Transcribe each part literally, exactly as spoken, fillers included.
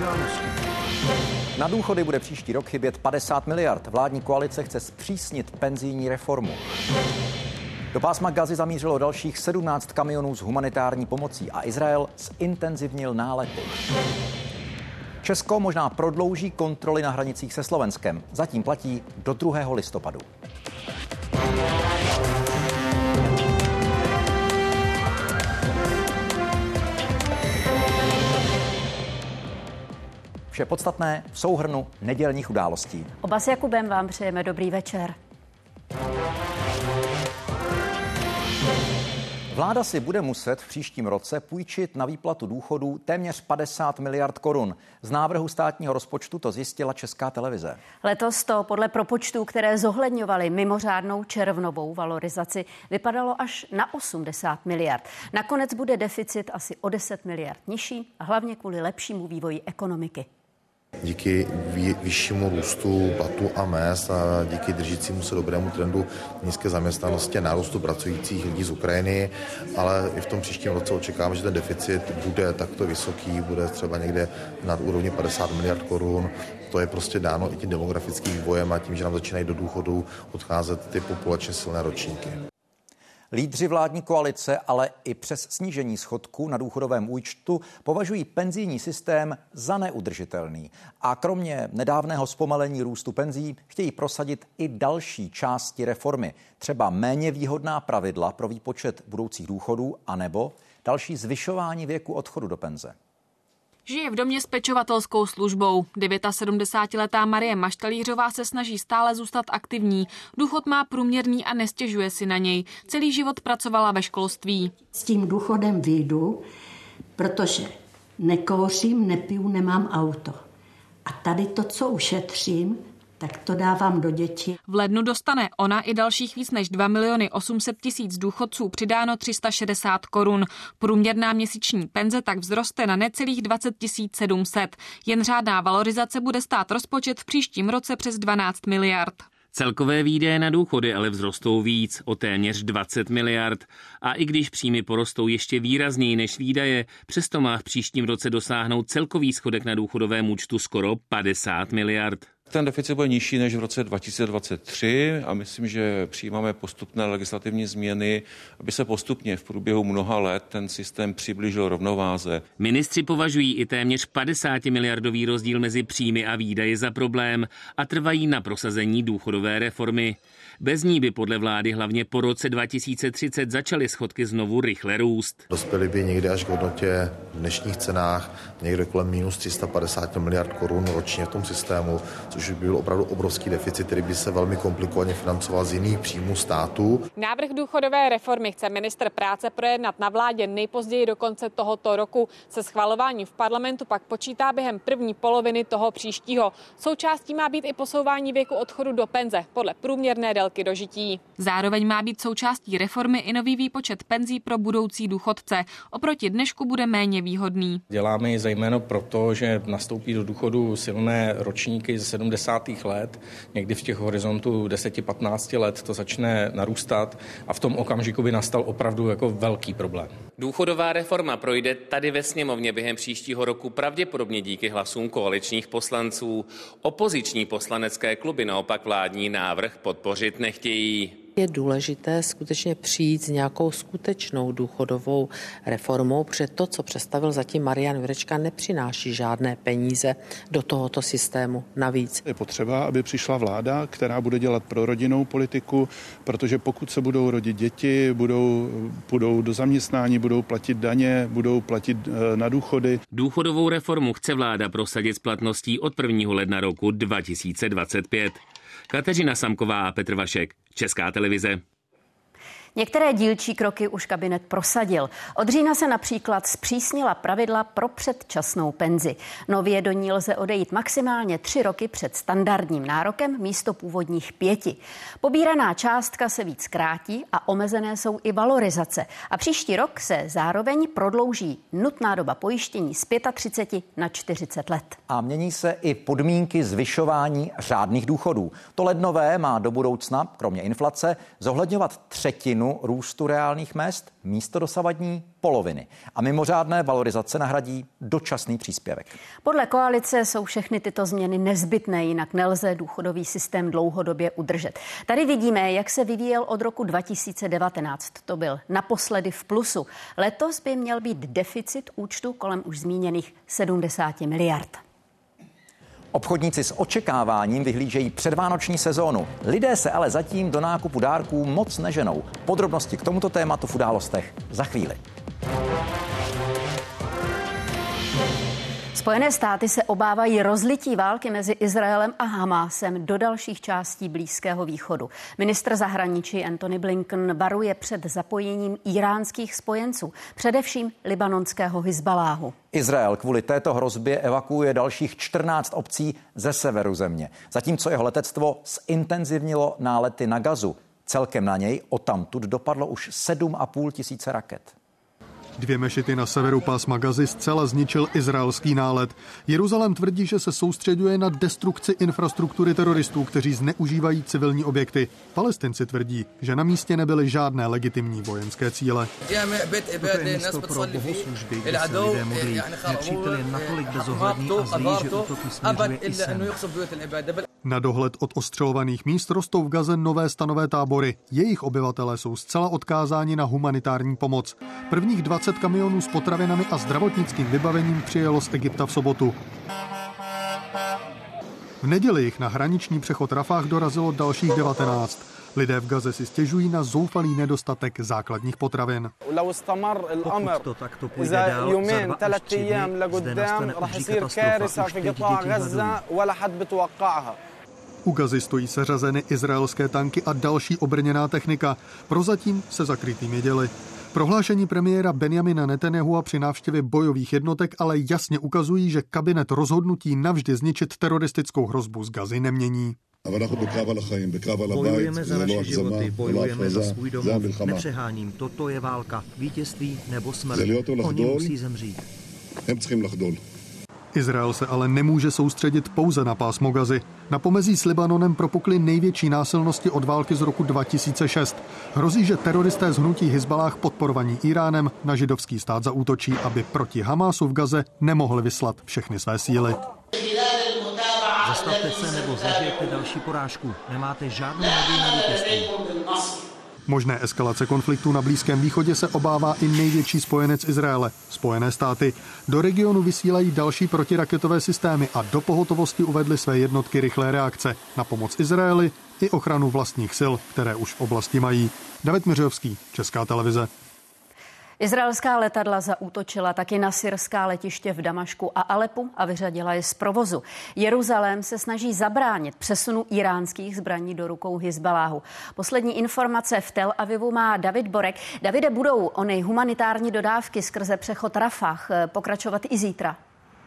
událostí. Na důchody bude příští rok chybět padesát miliard. Vládní koalice chce zpřísnit penzijní reformu. Do pásma Gazy zamířilo dalších sedmnáct kamionů s humanitární pomocí a Izrael zintenzivnil nálety. Česko možná prodlouží kontroly na hranicích se Slovenskem. Zatím platí do druhého listopadu. Vše podstatné v souhrnu nedělních událostí. Oba s Jakubem vám přejeme dobrý večer. Vláda si bude muset v příštím roce půjčit na výplatu důchodů téměř padesát miliard korun. Z návrhu státního rozpočtu to zjistila Česká televize. Letos to podle propočtů, které zohledňovaly mimořádnou červnovou valorizaci, vypadalo až na osmdesát miliard. Nakonec bude deficit asi o deset miliard nižší, a hlavně kvůli lepšímu vývoji ekonomiky. Díky vyššímu růstu platů a mezd a díky držícímu se dobrému trendu nízké zaměstnanosti a nárůstu pracujících lidí z Ukrajiny, ale i v tom příštím roce očekáváme, že ten deficit bude takto vysoký, bude třeba někde nad úrovni padesát miliard korun. To je prostě dáno i tím demografickým vývojem a tím, že nám začínají do důchodu odcházet ty populačně silné ročníky. Lídři vládní koalice ale i přes snížení schodku na důchodovém účtu považují penzijní systém za neudržitelný. A kromě nedávného zpomalení růstu penzí chtějí prosadit i další části reformy. Třeba méně výhodná pravidla pro výpočet budoucích důchodů anebo další zvyšování věku odchodu do penze. Žije v domě s pečovatelskou službou. sedmdesátidevítiletá Marie Maštalířová se snaží stále zůstat aktivní. Důchod má průměrný a nestěžuje si na něj. Celý život pracovala ve školství. S tím důchodem vyjdu, protože nekouřím, nepiju, nemám auto. A tady to, co ušetřím, tak to dávám do dětí. V lednu dostane ona i dalších víc než dva miliony osm set tisíc důchodců přidáno tři sta šedesát korun. Průměrná měsíční penze tak vzroste na necelých dvacet tisíc sedm set. Jen řádná valorizace bude stát rozpočet v příštím roce přes dvanáct miliard. Celkové výdaje na důchody ale vzrostou víc, o téměř dvacet miliard. A i když příjmy porostou ještě výrazněji než výdaje, přesto má v příštím roce dosáhnout celkový schodek na důchodovém účtu skoro padesát miliard. Ten deficit bude nižší než v roce dva tisíce dvacet tři a myslím, že přijímáme postupné legislativní změny, aby se postupně v průběhu mnoha let ten systém přiblížil rovnováze. Ministři považují i téměř padesátimiliardový rozdíl mezi příjmy a výdaji za problém a trvají na prosazení důchodové reformy. Bez ní by podle vlády hlavně po roce dva tisíce třicet začaly schodky znovu rychle růst. Dospěli by někde až k hodnotě v dnešních cenách někde kolem minus tři sta padesát miliard korun ročně v tom systému, což by byl opravdu obrovský deficit, který by se velmi komplikovaně financoval z jiných příjmů státu. Návrh důchodové reformy chce ministr práce projednat na vládě nejpozději do konce tohoto roku. Se schvalováním v parlamentu pak počítá během první poloviny toho příštího. Součástí má být i posouvání věku odchodu do penze podle průměrné délky dožití. Zároveň má být součástí reformy i nový výpočet penzí pro budoucí důchodce. Oproti dnešku bude méně výhodný. Děláme ji zejména proto, že nastoupí do důchodu silné ročníky ze sedmdesátých let. Někdy v těch horizontu deset až patnáct let to začne narůstat a v tom okamžiku by nastal opravdu jako velký problém. Důchodová reforma projde tady ve sněmovně během příštího roku pravděpodobně díky hlasům koaličních poslanců. Opoziční poslanecké kluby naopak vládní návrh podpořit nechtějí. Je důležité skutečně přijít s nějakou skutečnou důchodovou reformou, protože to, co představil zatím Marian Jurečka, nepřináší žádné peníze do tohoto systému navíc. Je potřeba, aby přišla vláda, která bude dělat prorodinnou politiku, protože pokud se budou rodit děti, budou, budou do zaměstnání, budou platit daně, budou platit na důchody. Důchodovou reformu chce vláda prosadit s platností od prvního ledna roku dva tisíce dvacet pět. Kateřina Samková a Petr Vašek, Česká televize. Některé dílčí kroky už kabinet prosadil. Od října se například zpřísnila pravidla pro předčasnou penzi. Nově do ní lze odejít maximálně tři roky před standardním nárokem místo původních pěti. Pobíraná částka se víc krátí a omezené jsou i valorizace. A příští rok se zároveň prodlouží nutná doba pojištění z třicet pět na čtyřicet let. A mění se i podmínky zvyšování řádných důchodů. To lednové má do budoucna, kromě inflace, zohledňovat třetinu polovinu růstu reálných mezd místo dosavadní poloviny. A mimořádné valorizace nahradí dočasný příspěvek. Podle koalice jsou všechny tyto změny nezbytné, jinak nelze důchodový systém dlouhodobě udržet. Tady vidíme, jak se vyvíjel od roku dva tisíce devatenáct. To byl naposledy v plusu. Letos by měl být deficit účtu kolem už zmíněných sedmdesát miliard. Obchodníci s očekáváním vyhlížejí předvánoční sezónu. Lidé se ale zatím do nákupu dárků moc neženou. Podrobnosti k tomuto tématu v Událostech za chvíli. Spojené státy se obávají rozlití války mezi Izraelem a Hamásem do dalších částí Blízkého východu. Ministr zahraničí Antony Blinken varuje před zapojením iránských spojenců, především libanonského Hizbaláhu. Izrael kvůli této hrozbě evakuuje dalších čtrnáct obcí ze severu země, zatímco jeho letectvo zintenzivnilo nálety na Gazu. Celkem na něj odtamtud dopadlo už sedm a půl tisíce raket. Dvě mešity na severu pásma Gazy zcela zničil izraelský nálet. Jeruzalém tvrdí, že se soustředuje na destrukci infrastruktury teroristů, kteří zneužívají civilní objekty. Palestinci tvrdí, že na místě nebyly žádné legitimní vojenské cíle. Toto je místo pro bohoslužby, kde se lidé modlí. Nepřítel je natolik bezohledný a zlý, že útoky směřuje i sem. Na dohled od ostřelovaných míst rostou v Gaze nové stanové tábory. Jejich obyvatelé jsou zcela odkázáni na humanitární pomoc. Prvních dvacet kamionů s potravinami a zdravotnickým vybavením přijelo z Egypta v sobotu. V neděli jich na hraniční přechod Rafah dorazilo dalších devatenáct. Lidé v Gaze si stěžují na zoufalý nedostatek základních potravin. Pokud to takto půjde dál, za dva až tři dny zde nastane obří katastrofa. Už teď děti hladují. U Gazy stojí seřazeny izraelské tanky a další obrněná technika. Prozatím se zakrytými děly. Prohlášení premiéra Benjamina Netanyahua při návštěvě bojových jednotek ale jasně ukazují, že kabinet rozhodnutí navždy zničit teroristickou hrozbu z Gazy nemění. Bojujeme za naše životy, bojujeme za svůj domov. Nepřeháním, toto je válka, vítězství nebo smrt. Oni musí zemřít. Izrael se ale nemůže soustředit pouze na pásmo Gazy. Na pomezí s Libanonem propukly největší násilnosti od války z roku dva tisíce šest. Hrozí, že teroristé z hnutí Hizbalách podporovaní Iránem na židovský stát zaútočí, aby proti Hamásu v Gaze nemohli vyslat všechny své síly. Zastavte se nebo zažijete další porážku. Nemáte žádnou naději na vítězství. Možné eskalace konfliktu na Blízkém východě se obává i největší spojenec Izraele, Spojené státy. Do regionu vysílají další protiraketové systémy a do pohotovosti uvedly své jednotky rychlé reakce na pomoc Izraeli i ochranu vlastních sil, které už v oblasti mají. David Miřovský, Česká televize. Izraelská letadla zaútočila taky na syrská letiště v Damašku a Alepu a vyřadila je z provozu. Jeruzalém se snaží zabránit přesunu iránských zbraní do rukou Hizbaláhu. Poslední informace v Tel Avivu má David Borek. Davide, budou ony humanitární dodávky skrze přechod Rafah pokračovat i zítra?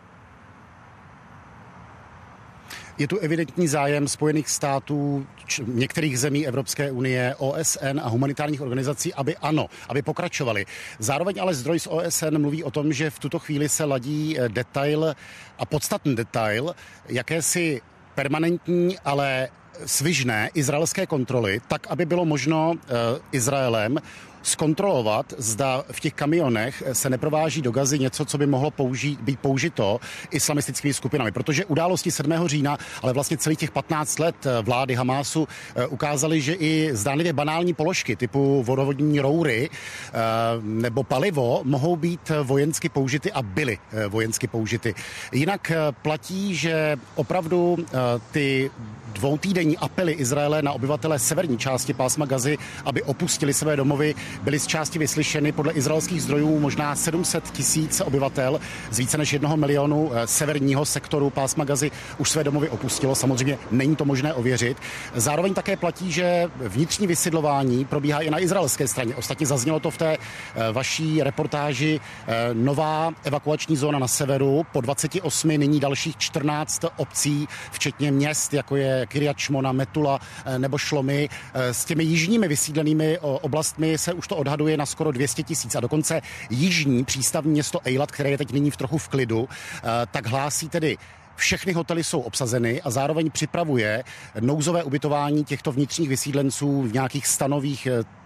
Je tu evidentní zájem Spojených států, některých zemí Evropské unie, O S N a humanitárních organizací, aby ano, aby pokračovali. Zároveň ale zdroj z O S N mluví o tom, že v tuto chvíli se ladí detail a podstatný detail, jakési permanentní, ale svižné izraelské kontroly, tak, aby bylo možno uh, Izraelem zkontrolovat, zda v těch kamionech se neprováží do Gazy něco, co by mohlo použít, být použito islamistickými skupinami. Protože události sedmého října, ale vlastně celých těch patnáct let vlády Hamásu ukázaly, že i zdánlivě banální položky typu vodovodní roury nebo palivo mohou být vojensky použity a byly vojensky použity. Jinak platí, že opravdu ty dvoutýdenní apely Izraele na obyvatele severní části pásma Gazy, aby opustili své domovy, byly z části vyslyšeny. Podle izraelských zdrojů možná sedm set tisíc obyvatel z více než jednoho milionu severního sektoru pásma Gazy už své domovy opustilo. Samozřejmě není to možné ověřit. Zároveň také platí, že vnitřní vysidlování probíhá i na izraelské straně. Ostatně zaznělo to v té vaší reportáži. Nová evakuační zóna na severu, po dvaceti osmi nyní dalších čtrnáct obcí, včetně měst, jako je Kiryat Šmona, Metula nebo Šlomy. S těmi jižními vysídlenými oblastmi se už to odhaduje na skoro dvě stě tisíc. A dokonce jižní přístavní město Eilat, které je teď nyní v trochu v klidu, tak hlásí tedy, všechny hotely jsou obsazeny a zároveň připravuje nouzové ubytování těchto vnitřních vysídlenců v nějakých stanových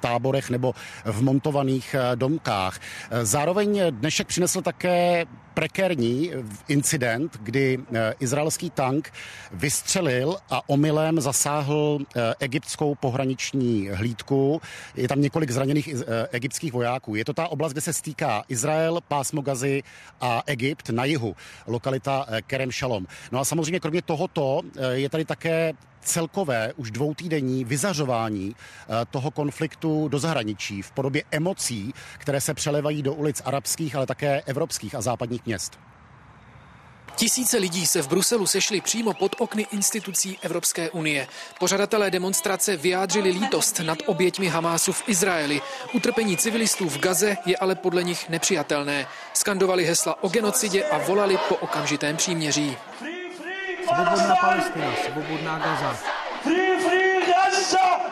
táborech nebo v montovaných domkách. Zároveň dnešek přinesl také prekérní incident, kdy izraelský tank vystřelil a omylem zasáhl egyptskou pohraniční hlídku. Je tam několik zraněných egyptských vojáků. Je to ta oblast, kde se stýká Izrael, pásmo Gazy a Egypt na jihu, lokalita Kerem Shalom. No a samozřejmě kromě tohoto je tady také celkové už dvoutýdenní vyzařování toho konfliktu do zahraničí v podobě emocí, které se přelevají do ulic arabských, ale také evropských a západních měst. Tisíce lidí se v Bruselu sešli přímo pod okny institucí Evropské unie. Pořadatelé demonstrace vyjádřili lítost nad oběťmi Hamásu v Izraeli. Utrpení civilistů v Gaze je ale podle nich nepřijatelné. Skandovali hesla o genocidě a volali po okamžitém příměří. Svobodná Palestina, svobodná Gaza. Free, free Gaza!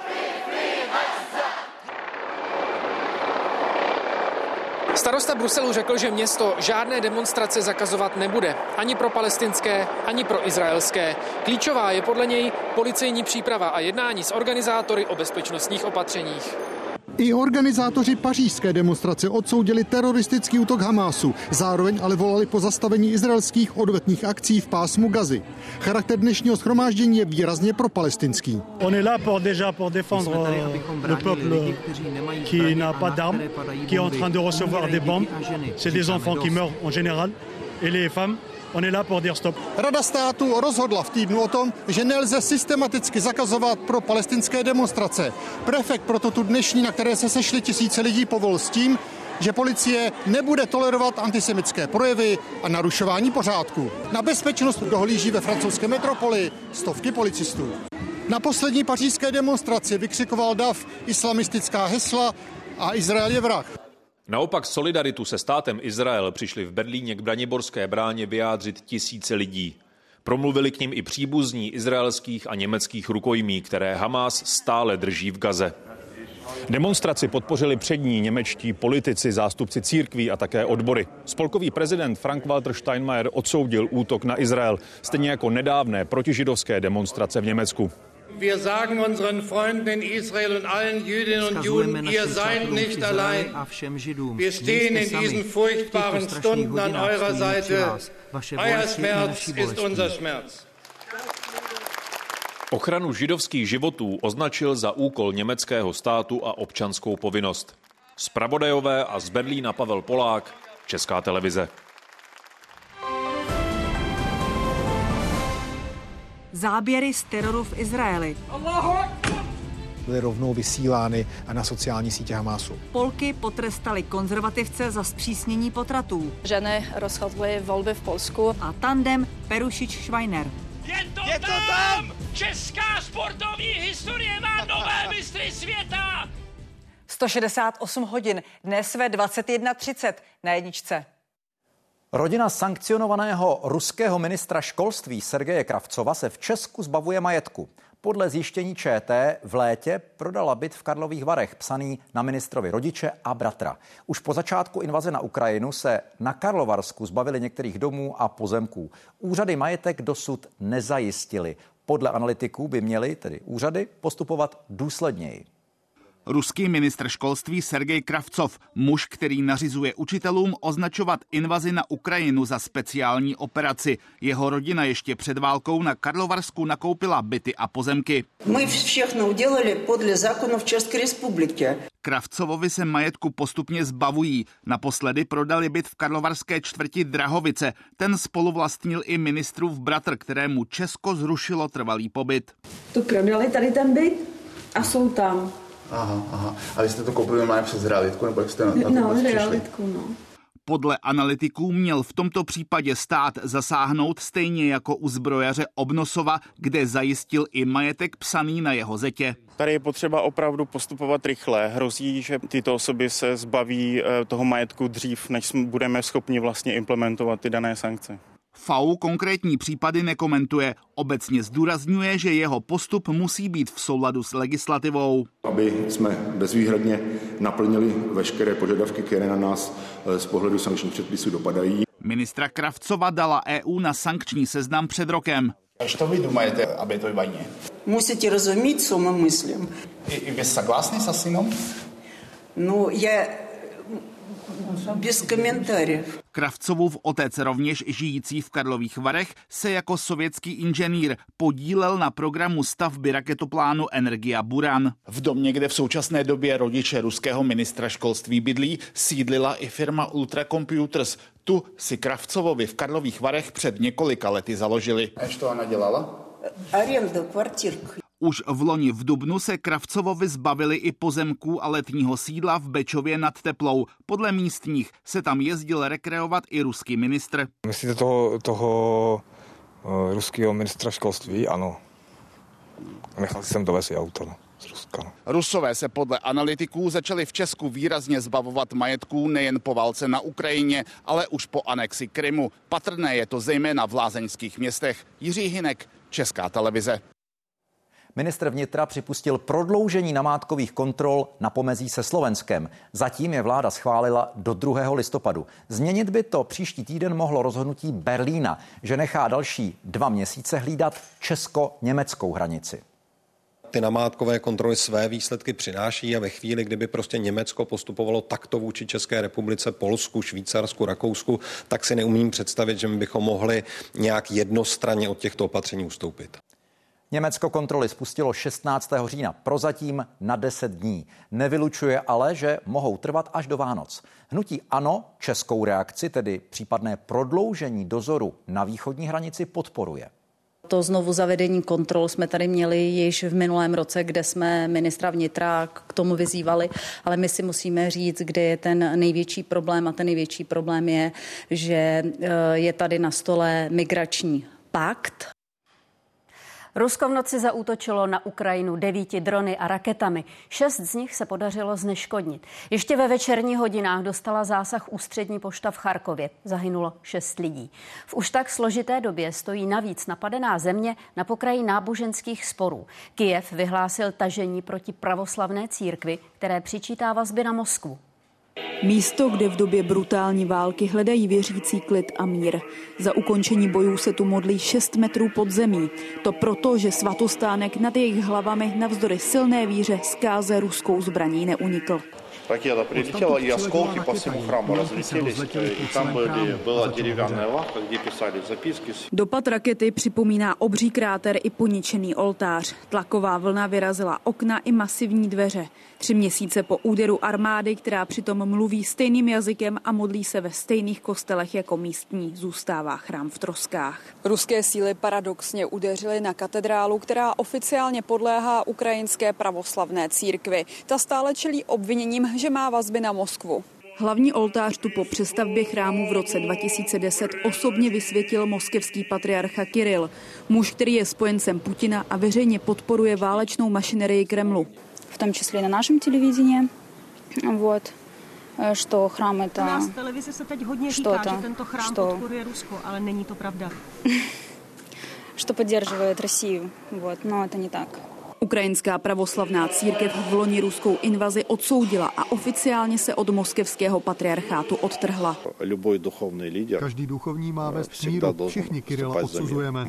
Starosta Bruselu řekl, že město žádné demonstrace zakazovat nebude. Ani pro palestinské, ani pro izraelské. Klíčová je podle něj policejní příprava a jednání s organizátory o bezpečnostních opatřeních. I organizátoři pařížské demonstrace odsoudili teroristický útok Hamásu, zároveň ale volali po zastavení izraelských odvetných akcí v pásmu Gazy. Charakter dnešního shromáždění je výrazně propalestinský. On est là pour déjà pour défendre le peuple qui n'a pas d'armes, qui est en train de recevoir des bombes. C'est des enfants qui meurent en général et les femmes. On est là pour dire stop. Rada státu rozhodla v týdnu o tom, že nelze systematicky zakazovat pro palestinské demonstrace. Prefekt proto tu dnešní, na které se sešly tisíce lidí, povolil s tím, že policie nebude tolerovat antisemitské projevy a narušování pořádku. Na bezpečnost dohlíží ve francouzské metropoli stovky policistů. Na poslední pařížské demonstraci vykřikoval dav islamistická hesla a Izrael je vrah. Naopak solidaritu se státem Izrael přišli v Berlíně k Braniborské bráně vyjádřit tisíce lidí. Promluvili k nim i příbuzní izraelských a německých rukojmí, které Hamás stále drží v Gaze. Demonstraci podpořili přední němečtí politici, zástupci církví a také odbory. Spolkový prezident Frank-Walter Steinmeier odsoudil útok na Izrael, stejně jako nedávné protižidovské demonstrace v Německu. Wir sagen unseren Freunden in Israel und allen Jüdinnen und Juden, ihr seid nicht allein. Wir stehen in diesen furchtbaren Stunden an eurer Seite. Euer Schmerz ist unser Schmerz. Ochranu židovských životů označil za úkol německého státu a občanskou povinnost. Zpravodajové a z Berlína Pavel Polák, Česká televize. Záběry z teroru v Izraeli. Byly rovnou vysílány na sociální sítě Hamásu. Polky potrestaly konzervativce za zpřísnění potratů. Ženy rozhodly volby v Polsku. A tandem Perušič-Schweiner. Je to, Je to tam! tam! Česká sportovní historie má nové mistry světa! sto šedesát osm hodin, dnes ve dvacet jedna třicet na jedničce. Rodina sankcionovaného ruského ministra školství Sergeje Kravcova se v Česku zbavuje majetku. Podle zjištění ČT v létě prodala byt v Karlových Varech psaný na ministrovi rodiče a bratra. Už po začátku invaze na Ukrajinu se na Karlovarsku zbavili některých domů a pozemků. Úřady majetek dosud nezajistily. Podle analytiků by měly, tedy úřady, postupovat důsledněji. Ruský ministr školství Sergej Kravcov, muž, který nařizuje učitelům označovat invazi na Ukrajinu za speciální operaci. Jeho rodina ještě před válkou na Karlovarsku nakoupila byty a pozemky. My všechno udělali podle zákonů České republiky. Kravcovovi se majetku postupně zbavují. Naposledy prodali byt v karlovarské čtvrti Drahovice. Ten spoluvlastnil i ministrův bratr, kterému Česko zrušilo trvalý pobyt. Tu prodali tady ten byt a jsou tam. Aha, aha. A vy jste to koupili normálně přes realitku, nebo jak jste na, na to No, realitku, no. Podle analytiků měl v tomto případě stát zasáhnout stejně jako u zbrojaře Obnosova, kde zajistil i majetek psaný na jeho zetě. Tady je potřeba opravdu postupovat rychle. Hrozí, že tyto osoby se zbaví toho majetku dřív, než budeme schopni vlastně implementovat ty dané sankce. F A U konkrétní případy nekomentuje. Obecně zdůrazňuje, že jeho postup musí být v souladu s legislativou. Aby jsme bezvýhradně naplnili veškeré požadavky, které na nás z pohledu sankčních předpisů dopadají. Ministra Kravcova dala E U na sankční seznam před rokem. Co vy думаете об этой войне? Musíte rozumět, co my myslím. И вы согласны со сыном? Ну, я без комментариев. Kravcovův otec, rovněž žijící v Karlových Varech, se jako sovětský inženýr podílel na programu stavby raketoplánu Energia Buran. V domě, kde v současné době rodiče ruského ministra školství bydlí, sídlila i firma Ultra Computers. Tu si Kravcovovi v Karlových Varech před několika lety založili. A co ona dělala? Arenda, kvartírka. Už v loni v dubnu se Kravcovovi zbavili i pozemků a letního sídla v Bečově nad Teplou. Podle místních se tam jezdil rekreovat i ruský ministr. Myslíte toho, toho uh, ruského ministra školství? Ano. Nechal jsem dovést i auto z Ruska. Rusové se podle analytiků začali v Česku výrazně zbavovat majetků nejen po válce na Ukrajině, ale už po anexi Krymu. Patrné je to zejména v lázeňských městech. Jiří Hynek, Česká televize. Ministr vnitra připustil prodloužení namátkových kontrol na pomezí se Slovenskem. Zatím je vláda schválila do druhého listopadu. Změnit by to příští týden mohlo rozhodnutí Berlína, že nechá další dva měsíce hlídat česko-německou hranici. Ty namátkové kontroly své výsledky přináší a ve chvíli, kdyby prostě Německo postupovalo takto vůči České republice, Polsku, Švýcarsku, Rakousku, tak si neumím představit, že my bychom mohli nějak jednostranně od těchto opatření ustoupit. Německo kontroly spustilo šestnáctého října, prozatím na deset dní. Nevylučuje ale, že mohou trvat až do Vánoc. Hnutí ANO českou reakci, tedy případné prodloužení dozoru na východní hranici, podporuje. To znovu zavedení kontrol jsme tady měli již v minulém roce, kde jsme ministra vnitra k tomu vyzývali, ale my si musíme říct, kde je ten největší problém a ten největší problém je, že je tady na stole migrační pakt. Rusko v noci zaútočilo na Ukrajinu devíti drony a raketami. Šest z nich se podařilo zneškodnit. Ještě ve večerních hodinách dostala zásah ústřední pošta v Charkově. Zahynulo šest lidí. V už tak složité době stojí navíc napadená země na pokraji náboženských sporů. Kyjev vyhlásil tažení proti pravoslavné církvi, které přičítá vazby na Moskvu. Místo, kde v době brutální války hledají věřící klid a mír. Za ukončení bojů se tu modlí šest metrů pod zemí. To proto, že svatostánek nad jejich hlavami navzdory silné víře zkáze ruskou zbraní neunikl. Ракета прилетела, и осколки по всему храму разлетелись. И там были, была деревянная лавка, где писали записки. Dopad rakety připomíná obří kráter i poničený oltář. Tlaková vlna vyrazila okna i masivní dveře. Tři měsíce po úderu armády, která přitom mluví stejným jazykem a modlí se ve stejných kostelech jako místní, zůstává chrám v troskách. Ruské síly paradoxně udeřily na katedrálu, která oficiálně podléhá ukrajinské pravoslavné církvi. Ta stále čelí obviněním, že má vazby na Moskvu. Hlavní oltář tu po přestavbě chrámu v roce dva tisíce deset osobně vysvětil moskevský patriarcha Kiril, muž, který je spojencem Putina a veřejně podporuje válečnou mašinerii Kremlu. V tom čísle na našem televizi, вот, что храм это... U nás v televizi se teď hodně říká, že tento chrám podporuje Rusko, ale není to pravda. Что поддерживает Россию, вот, но это не так. Ukrajinská pravoslavná církev v loni ruskou invazi odsoudila a oficiálně se od moskevského patriarchátu odtrhla. Každý duchovní má vést míru, všichni Kirila odsuzujeme.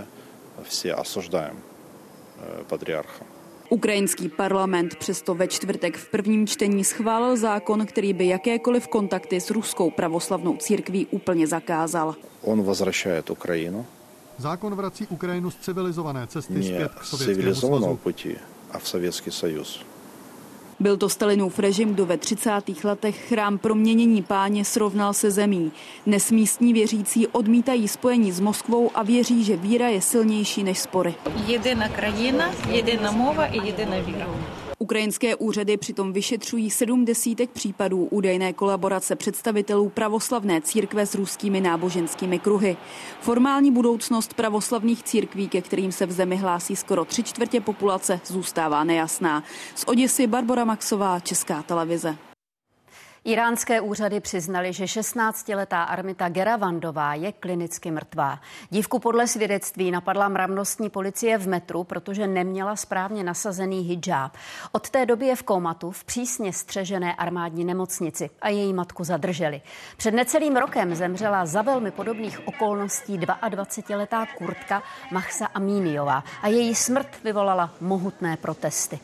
Ukrajinský parlament přesto ve čtvrtek v prvním čtení schválil zákon, který by jakékoliv kontakty s ruskou pravoslavnou církví úplně zakázal. On возвращает Украину. Zákon vrací Ukrajinu z civilizované cesty zpět k Sovětskému svazu. A v Sovětský svaz. Byl to Stalinův režim, kdo ve třicátých letech chrám Proměnění Páně srovnal se zemí. Dnes místní věřící odmítají spojení s Moskvou a věří, že víra je silnější než spory. Jediná krajina, jediná mova i jediná víra. Ukrajinské úřady přitom vyšetřují sedm desítek případů údajné kolaborace představitelů pravoslavné církve s ruskými náboženskými kruhy. Formální budoucnost pravoslavných církví, ke kterým se v zemi hlásí skoro tři čtvrtě populace, zůstává nejasná. Z Oděsy Barbora Maxová, Česká televize. Iránské úřady přiznaly, že šestnáctiletá Armita Geravandová je klinicky mrtvá. Dívku podle svědectví napadla mravnostní policie v metru, protože neměla správně nasazený hidžáb. Od té doby je v kómatu v přísně střežené armádní nemocnici a její matku zadrželi. Před necelým rokem zemřela za velmi podobných okolností dvaadvacetiletá Kurdka Mahsa Aminiová a její smrt vyvolala mohutné protesty.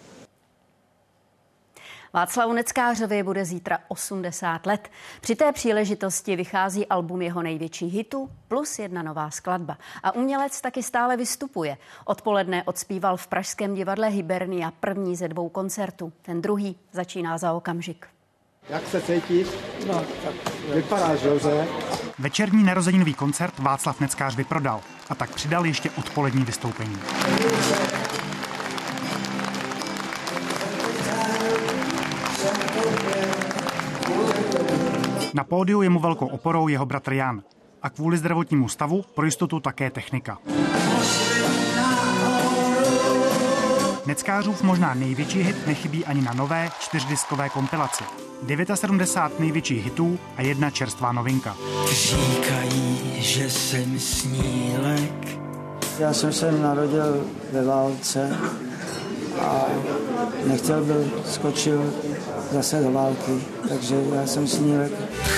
Václavu Neckářovi bude zítra osmdesát let. Při té příležitosti vychází album jeho největších hitů plus jedna nová skladba. A umělec taky stále vystupuje. Odpoledne odspíval v pražském divadle Hybernia první ze dvou koncertů. Ten druhý začíná za okamžik. Jak se cítíš? No, tak vypadáš dobře. Večerní narozeninový koncert Václav Neckář vyprodal a tak přidal ještě odpolední vystoupení. Na pódiu je mu velkou oporou jeho bratr Jan a kvůli zdravotnímu stavu pro jistotu také technika. Neckářův možná největší hit nechybí ani na nové čtyřdiskové kompilaci. sedmdesát devět největších hitů a jedna čerstvá novinka. Říkají, že jsem snílek. Já jsem se narodil ve válce a nechtěl bych skočil zase do války, takže já jsem snílek.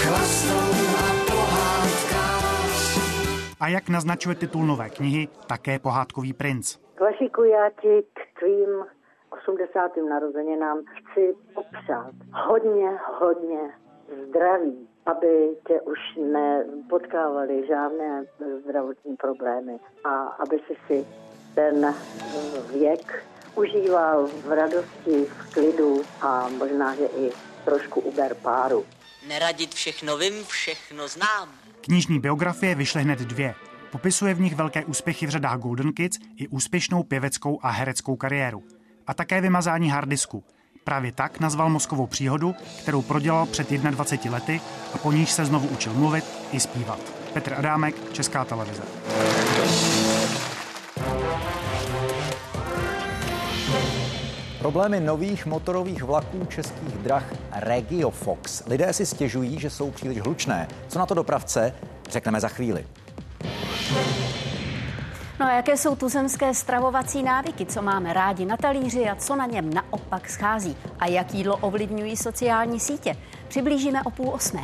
A jak naznačuje titul nové knihy, také pohádkový princ. Vašiku, já ti k tvým osmdesátým narozeninám chci popřát hodně, hodně zdraví, aby tě už nepotkávaly žádné zdravotní problémy a aby si si ten věk užíval v radosti, v klidu a možná, že i trošku uber páru. Neradit všechno vím, všechno znám. Knižní biografie vyšly hned dvě. Popisuje v nich velké úspěchy v řadách Golden Kids i úspěšnou pěveckou a hereckou kariéru. A také vymazání harddisku. Právě tak nazval mozkovou příhodu, kterou prodělal před dvaceti jednoho lety a po níž se znovu učil mluvit i zpívat. Petr Adámek, Česká televize. Problémy nových motorových vlaků Českých drah Regiofox. Lidé si stěžují, že jsou příliš hlučné. Co na to dopravce? Řekneme za chvíli. No a jaké jsou tuzemské stravovací návyky, co máme rádi na talíři a co na něm naopak schází? A jak jídlo ovlivňují sociální sítě? Přiblížíme o půl osmé.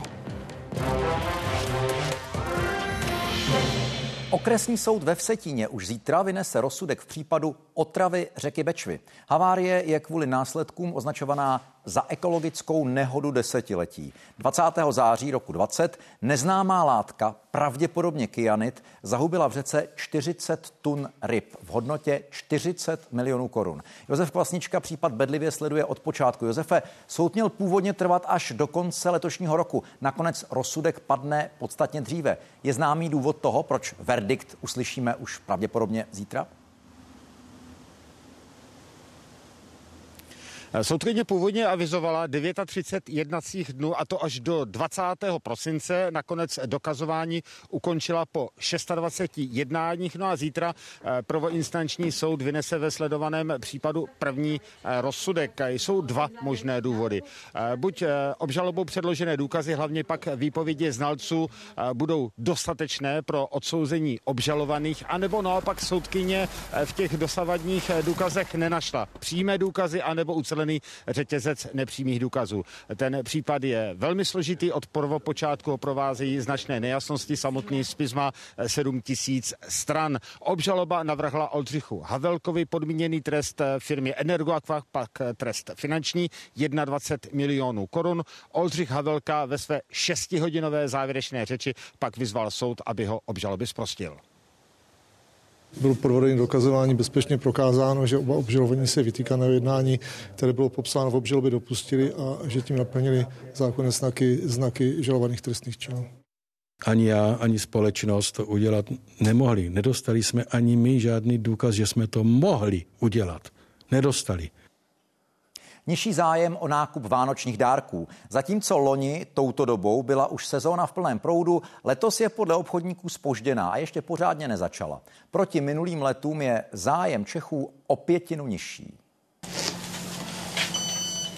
Okresní soud ve Vsetíně už zítra vynese rozsudek v případu otravy řeky Bečvy. Havárie je kvůli následkům označovaná za ekologickou nehodu desetiletí. dvacátého září roku dvacet neznámá látka, pravděpodobně kyanid, zahubila v řece čtyřicet tun ryb v hodnotě čtyřicet milionů korun. Josef Kvasnička případ bedlivě sleduje od počátku. Josefe, soud měl původně trvat až do konce letošního roku. Nakonec rozsudek padne podstatně dříve. Je známý důvod toho, proč verdikt uslyšíme už pravděpodobně zítra? Soudkyně původně avizovala třicet devět jednacích dnů, a to až do dvacátého prosince. Nakonec dokazování ukončila po dvaceti šesti jednáních. No a zítra prvoinstanční soud vynese ve sledovaném případu první rozsudek. Jsou dva možné důvody. Buď obžalobou předložené důkazy, hlavně pak výpovědi znalců, budou dostatečné pro odsouzení obžalovaných, anebo naopak soudkyně v těch dosavadních důkazech nenašla přímé důkazy, anebo ucelený řetězec nepřímých důkazů. Ten případ je velmi složitý, od prvopočátku ho provázejí značné nejasnosti, samotný spis má sedm tisíc stran. Obžaloba navrhla Oldřichu Havelkovi podmíněný trest firmě Energoaqua, pak trest finanční dvacet jedna milionů korun. Oldřich Havelka ve své šestihodinové závěrečné řeči pak vyzval soud, aby ho obžaloby zprostil. Bylo provedení dokazování bezpečně prokázáno, že oba obžalovaní se vytýkaného jednání, které bylo popsáno v obžalobě, dopustili a že tím naplnili zákonné znaky, znaky žalovaných trestných činů. Ani já, ani společnost to udělat nemohli. Nedostali jsme ani my žádný důkaz, že jsme to mohli udělat. Nedostali. Nižší zájem o nákup vánočních dárků. Zatímco loni touto dobou byla už sezóna v plném proudu, letos je podle obchodníků zpožděná a ještě pořádně nezačala. Proti minulým letům je zájem Čechů o pětinu nižší.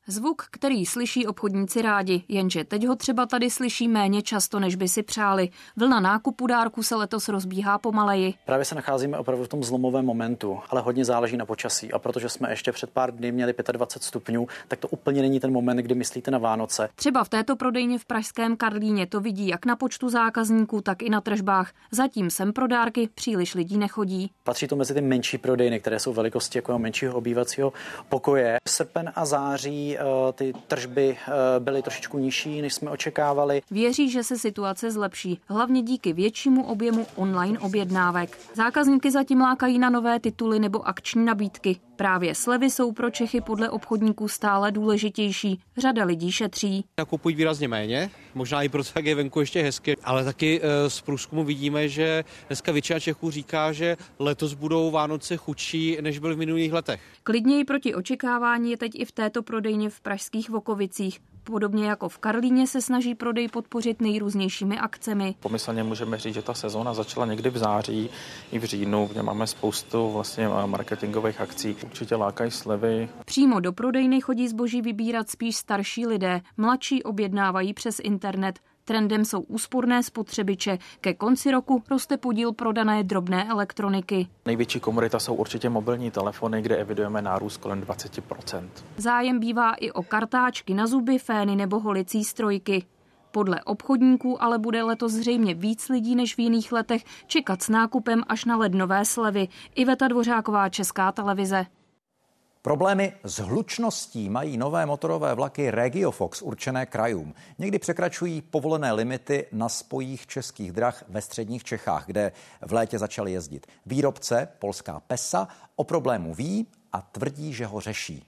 Zvuk, který slyší obchodníci rádi, jenže teď ho třeba tady slyší méně často, než by si přáli. Vlna nákupu dárků se letos rozbíhá pomaleji. Právě se nacházíme opravdu v tom zlomovém momentu, ale hodně záleží na počasí. A protože jsme ještě před pár dny měli dvacet pět stupňů, tak to úplně není ten moment, kdy myslíte na Vánoce. Třeba v této prodejně v pražském Karlíně to vidí jak na počtu zákazníků, tak i na tržbách. Zatím sem pro dárky příliš lidí nechodí. Patří to mezi ty menší prodejny, které jsou velikosti jako menšího obývacího pokoje. Srpen a září ty tržby byly trošičku nižší, než jsme očekávali. Věří, že se situace zlepší, hlavně díky většímu objemu online objednávek. Zákazníky zatím lákají na nové tituly nebo akční nabídky. Právě slevy jsou pro Čechy podle obchodníků stále důležitější. Řada lidí šetří. Nakupují výrazně méně, možná i proto, jak je venku ještě hezky, ale taky z průzkumu vidíme, že dneska většina Čechů říká, že letos budou Vánoce chudší, než byly v minulých letech. Klidněji proti očekávání je teď i v této prodejně v pražských Vokovicích. Podobně jako v Karlíně se snaží prodej podpořit nejrůznějšími akcemi. Pomyslně můžeme říct, že ta sezóna začala někdy v září i v říjnu, kde máme spoustu vlastně marketingových akcí. Určitě lákají slevy. Přímo do prodejny chodí zboží vybírat spíš starší lidé, mladší objednávají přes internet. Trendem jsou úsporné spotřebiče. Ke konci roku roste podíl prodané drobné elektroniky. Největší komodita jsou určitě mobilní telefony, kde evidujeme nárůst kolem dvacet procent. Zájem bývá i o kartáčky na zuby, fény nebo holicí strojky. Podle obchodníků ale bude letos zřejmě víc lidí než v jiných letech čekat s nákupem až na lednové slevy. Iveta Dvořáková, Česká televize. Problémy s hlučností mají nové motorové vlaky Regiofox určené krajům. Někdy překračují povolené limity na spojích českých drah ve středních Čechách, kde v létě začaly jezdit. Výrobce, polská Pesa, o problému ví a tvrdí, že ho řeší.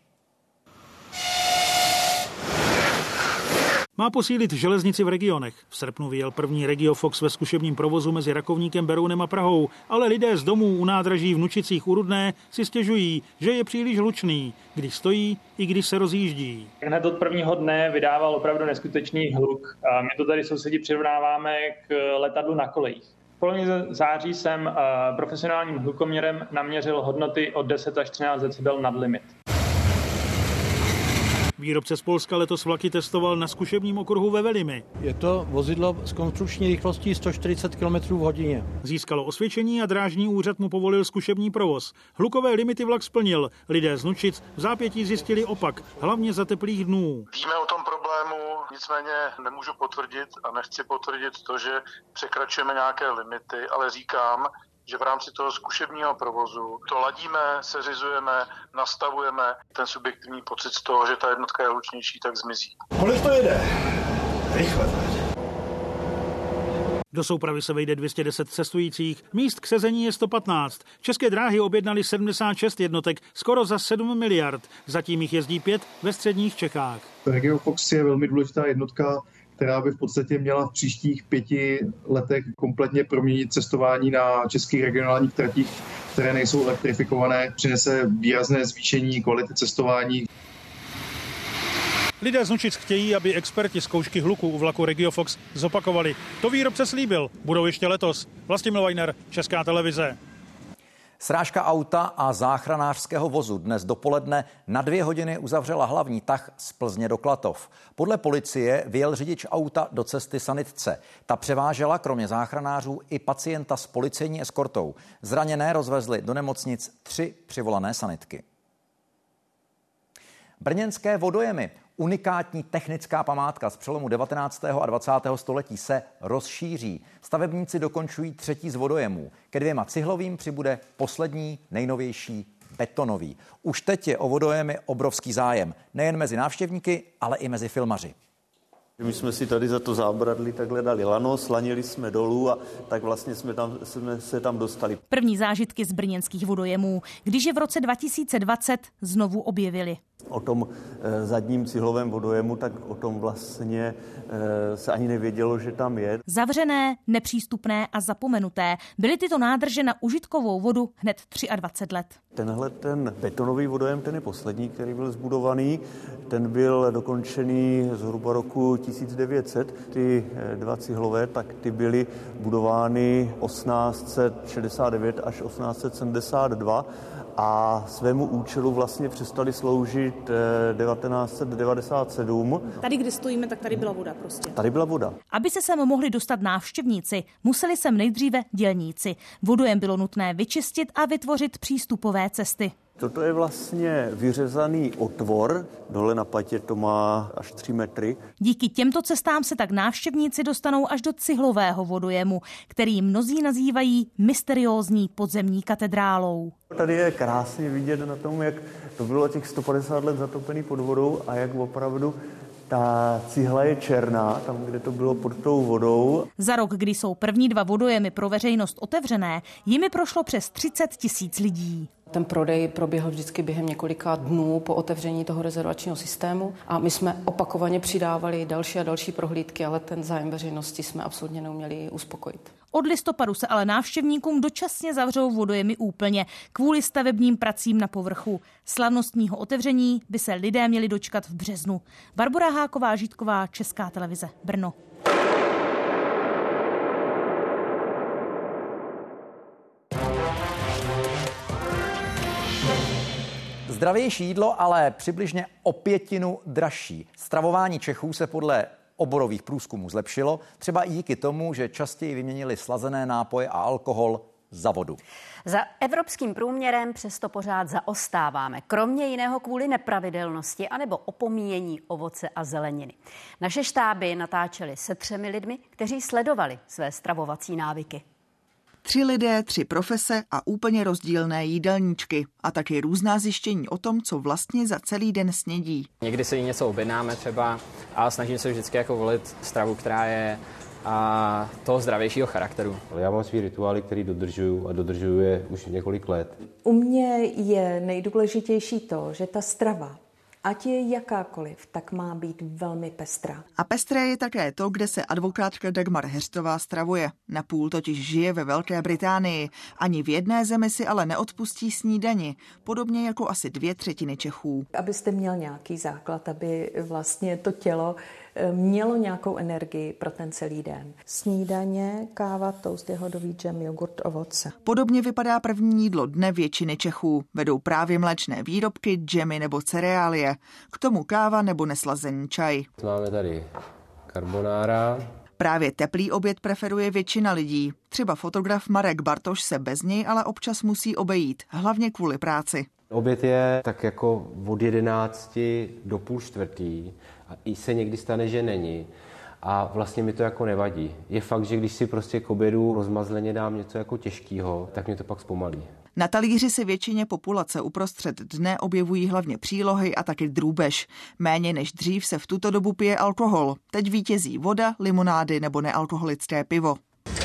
Má posílit železnici v regionech. V srpnu vyjel první Regiofox ve zkušebním provozu mezi Rakovníkem, Berounem a Prahou, ale lidé z domů u nádraží v Nučicích u Rudné si stěžují, že je příliš hlučný, když stojí i když se rozjíždí. Hned od prvního dne vydával opravdu neskutečný hluk. My to tady sousedi přirovnáváme k letadlu na kolejích. V polovině září jsem profesionálním hlukoměrem naměřil hodnoty od deset až třináct decibel nad limit. Výrobce z Polska letos vlaky testoval na zkušebním okruhu ve Velimi. Je to vozidlo s konstrukční rychlostí sto čtyřicet kilometrů v hodině. Získalo osvědčení a drážní úřad mu povolil zkušební provoz. Hlukové limity vlak splnil. Lidé z Nučic v zápětí zjistili opak, hlavně za teplých dnů. Víme o tom problému, nicméně nemůžu potvrdit a nechci potvrdit to, že překračujeme nějaké limity, ale říkám, že v rámci toho zkušebního provozu to ladíme, seřizujeme, nastavujeme. Ten subjektivní pocit z toho, že ta jednotka je hlučnější, tak zmizí. Kolik to jede? Rychle. Do soupravy se vejde dvě stě deset cestujících, míst k sezení je sto patnáct. České dráhy objednaly sedmdesát šest jednotek, skoro za sedm miliard. Zatím jich jezdí pět ve středních Čechách. Regiofox je velmi důležitá jednotka, která by v podstatě měla v příštích pěti letech kompletně proměnit cestování na českých regionálních tratích, které nejsou elektrifikované, přinese výrazné zvýšení kvality cestování. Lidé z Nučic chtějí, aby experti zkoušky hluku u vlaku Regiofox zopakovali. To výrobce slíbil, budou ještě letos. Vlastimil Weiner, Česká televize. Srážka auta a záchranářského vozu dnes dopoledne na dvě hodiny uzavřela hlavní tah z Plzně do Klatov. Podle policie vyjel řidič auta do cesty sanitce. Ta převážela kromě záchranářů i pacienta s policejní eskortou. Zraněné rozvezli do nemocnic tři přivolané sanitky. Brněnské vodojemy. Unikátní technická památka z přelomu devatenáctého a dvacátého století se rozšíří. Stavebníci dokončují třetí z vodojemů. Ke dvěma cihlovým přibude poslední, nejnovější betonový. Už teď je o vodojemy obrovský zájem. Nejen mezi návštěvníky, ale i mezi filmaři. My jsme si tady za to zábradlí takhle dali lano, slanili jsme dolů a tak vlastně jsme, tam, jsme se tam dostali. První zážitky z brněnských vodojemů, když je v roce dva tisíce dvacet znovu objevili. O tom e, zadním cihlovém vodojemu, tak o tom vlastně e, se ani nevědělo, že tam je. Zavřené, nepřístupné a zapomenuté byly tyto nádrže na užitkovou vodu hned dvacet tři let. Tenhle ten betonový vodojem, ten je poslední, který byl zbudovaný. Ten byl dokončený zhruba roku tisíc devět set. Ty dva cihlové, tak ty byly budovány osmnáct set šedesát devět až osmnáct set sedmdesát dva a svému účelu vlastně přestali sloužit pamatuji devatenáct set devadesát sedm. Tady, kde stojíme, tak tady byla voda prostě. Tady byla voda. Aby se sem mohli dostat návštěvníci, museli sem nejdříve dělníci. Vodojem bylo nutné vyčistit a vytvořit přístupové cesty. Toto je vlastně vyřezaný otvor, dole na patě to má až tři metry. Díky těmto cestám se tak návštěvníci dostanou až do cihlového vodojemu, který mnozí nazývají mysteriózní podzemní katedrálou. Tady je krásně vidět na tom, jak to bylo těch sto padesát let zatopený pod vodou a jak opravdu ta cihla je černá, tam, kde to bylo pod tou vodou. Za rok, kdy jsou první dva vodojemy pro veřejnost otevřené, jimi prošlo přes třicet tisíc lidí. Ten prodej proběhl vždycky během několika dnů po otevření toho rezervačního systému a my jsme opakovaně přidávali další a další prohlídky, ale ten zájem veřejnosti jsme absolutně neuměli uspokojit. Od listopadu se ale návštěvníkům dočasně zavřou vodojemy úplně kvůli stavebním pracím na povrchu. Slavnostního otevření by se lidé měli dočkat v březnu. Barbora Háková-Žítková, Česká televize, Brno. Zdravější jídlo, ale přibližně o pětinu dražší. Stravování Čechů se podle oborových průzkumů zlepšilo, třeba i díky tomu, že častěji vyměnili slazené nápoje a alkohol za vodu. Za evropským průměrem přesto pořád zaostáváme, kromě jiného kvůli nepravidelnosti anebo opomíjení ovoce a zeleniny. Naše štáby natáčely se třemi lidmi, kteří sledovali své stravovací návyky. Tři lidé, tři profese a úplně rozdílné jídelníčky. A taky různá zjištění o tom, co vlastně za celý den snědí. Někdy si něco objednáme třeba a snažím se vždycky jako volit stravu, která je a toho zdravějšího charakteru. Já mám svý rituály, který dodržuju a dodržuju je už několik let. U mě je nejdůležitější to, že ta strava, ať je jakákoliv, tak má být velmi pestrá. A pestré je také to, kde se advokátka Dagmar Heřtová stravuje. Napůl totiž žije ve Velké Británii. Ani v jedné zemi si ale neodpustí snídani, podobně jako asi dvě třetiny Čechů. Abyste měl nějaký základ, aby vlastně to tělo mělo nějakou energii pro ten celý den. Snídaně, káva, toast, jahodový džem, jogurt, ovoce. Podobně vypadá první jídlo dne většiny Čechů. Vedou právě mléčné výrobky, džemy nebo cereálie. K tomu káva nebo neslazený čaj. Máme tady carbonara. Právě teplý oběd preferuje většina lidí. Třeba fotograf Marek Bartoš se bez něj ale občas musí obejít, hlavně kvůli práci. Oběd je tak jako od jedenácti do půl čtvrtý a i se někdy stane, že není. A vlastně mi to jako nevadí. Je fakt, že když si prostě k obědu rozmazleně dám něco jako těžkýho, tak mě to pak zpomalí. Na talíři se většině populace uprostřed dne objevují hlavně přílohy a taky drůbež. Méně než dřív se v tuto dobu pije alkohol. Teď vítězí voda, limonády nebo nealkoholické pivo.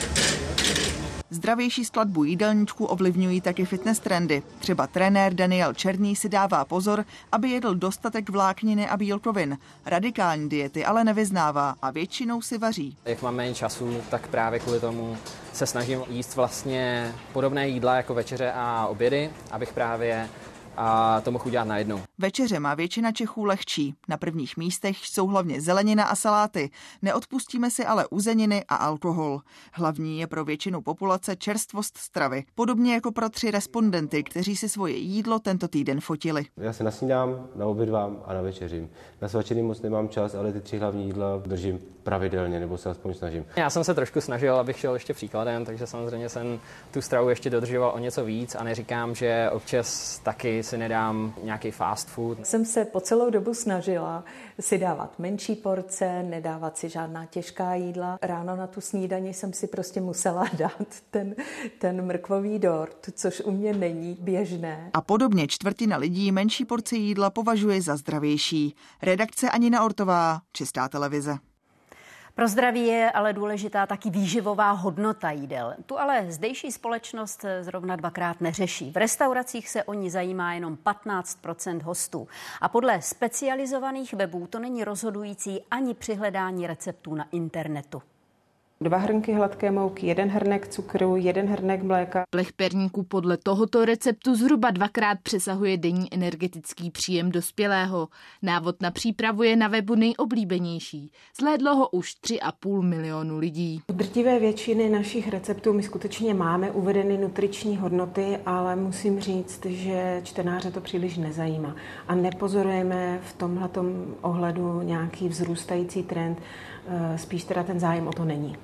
Zdravější skladbu jídelníčku ovlivňují taky fitness trendy. Třeba trenér Daniel Černý si dává pozor, aby jedl dostatek vlákniny a bílkovin. Radikální diety ale nevyznává a většinou si vaří. Jak mám méně času, tak právě kvůli tomu se snažím jíst vlastně podobné jídla jako večeře a obědy, abych právě a to mohl udělat najednou. Večeře má většina Čechů lehčí. Na prvních místech jsou hlavně zelenina a saláty. Neodpustíme si ale uzeniny a alkohol. Hlavní je pro většinu populace čerstvost stravy. Podobně jako pro tři respondenty, kteří si svoje jídlo tento týden fotili. Já se nasnídám, naobědvám a na večeřím. Na svačiny moc nemám čas, ale ty tři hlavní jídla držím pravidelně, nebo se aspoň snažím. Já jsem se trošku snažil, abych šel ještě příkladem, takže samozřejmě jsem tu stravu ještě dodržoval o něco víc a neříkám, že občas taky si nedám nějaký fast food. Jsem se po celou dobu snažila si dávat menší porce, nedávat si žádná těžká jídla. Ráno na tu snídani jsem si prostě musela dát ten, ten mrkvový dort, což u mě není běžné. A podobně čtvrtina lidí menší porci jídla považuje za zdravější. Redakce Anina Ortová, Česká televize. Pro zdraví je ale důležitá taky výživová hodnota jídel. Tu ale zdejší společnost zrovna dvakrát neřeší. V restauracích se o ní zajímá jenom patnáct procent hostů. A podle specializovaných webů to není rozhodující ani při hledání receptů na internetu. Dva hrnky hladké mouky, jeden hrnek cukru, jeden hrnek mléka. Plech perníků podle tohoto receptu zhruba dvakrát přesahuje denní energetický příjem dospělého. Návod na přípravu je na webu nejoblíbenější. Zhlédlo ho už tři a půl milionu lidí. U drtivé většiny našich receptů my skutečně máme uvedeny nutriční hodnoty, ale musím říct, že čtenáře to příliš nezajímá. A nepozorujeme v tomhletom ohledu nějaký vzrůstající trend, spíš teda ten zájem o to není.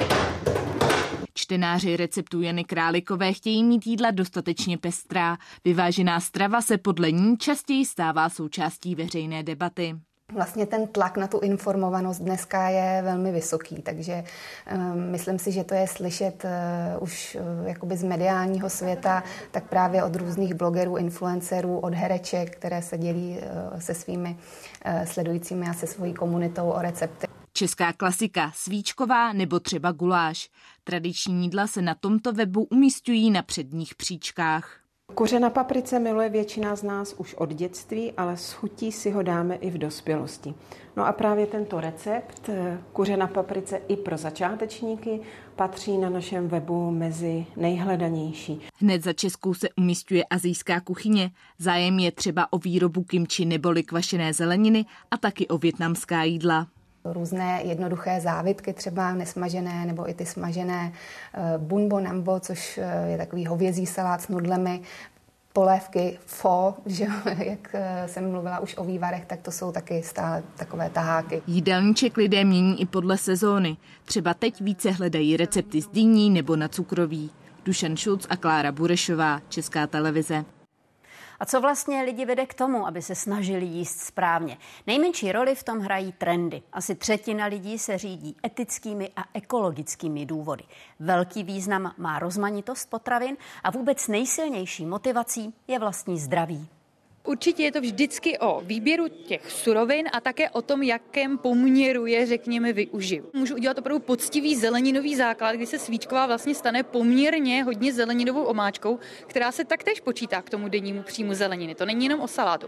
Čtenáři receptů Jany Králikové chtějí mít jídla dostatečně pestrá. Vyvážená strava se podle ní častěji stává součástí veřejné debaty. Vlastně ten tlak na tu informovanost dneska je velmi vysoký, takže um, myslím si, že to je slyšet uh, už uh, jakoby z mediálního světa, tak právě od různých blogerů, influencerů, od hereček, které se dělí uh, se svými uh, sledujícími a se svojí komunitou o recepty. Česká klasika, svíčková nebo třeba guláš. Tradiční jídla se na tomto webu umísťují na předních příčkách. Kuře na paprice miluje většina z nás už od dětství, ale s chutí si ho dáme i v dospělosti. No a právě tento recept kuře na paprice i pro začátečníky patří na našem webu mezi nejhledanější. Hned za Českou se umísťuje asijská kuchyně. Zájem je třeba o výrobu kimči neboli kvašené zeleniny a taky o vietnamská jídla. Různé jednoduché závitky, třeba nesmažené nebo i ty smažené, bun bo nambo, což je takový hovězí salát s nudlemi, polévky pho, že jak jsem mluvila už o vývarech, tak to jsou taky stále takové taháky. Jídelníček lidé mění i podle sezóny. Třeba teď více hledají recepty z dýní nebo na cukroví. Dušan Šulc a Klára Burešová, Česká televize. A co vlastně lidi vede k tomu, aby se snažili jíst správně? Nejmenší roli v tom hrají trendy. Asi třetina lidí se řídí etickými a ekologickými důvody. Velký význam má rozmanitost potravin a vůbec nejsilnější motivací je vlastní zdraví. Určitě je to vždycky o výběru těch surovin a také o tom, jakém poměru je, řekněme, využiju. Můžu udělat opravdu poctivý zeleninový základ, kdy se svíčková vlastně stane poměrně hodně zeleninovou omáčkou, která se taktéž počítá k tomu dennímu příjmu zeleniny. To není jenom o salátu.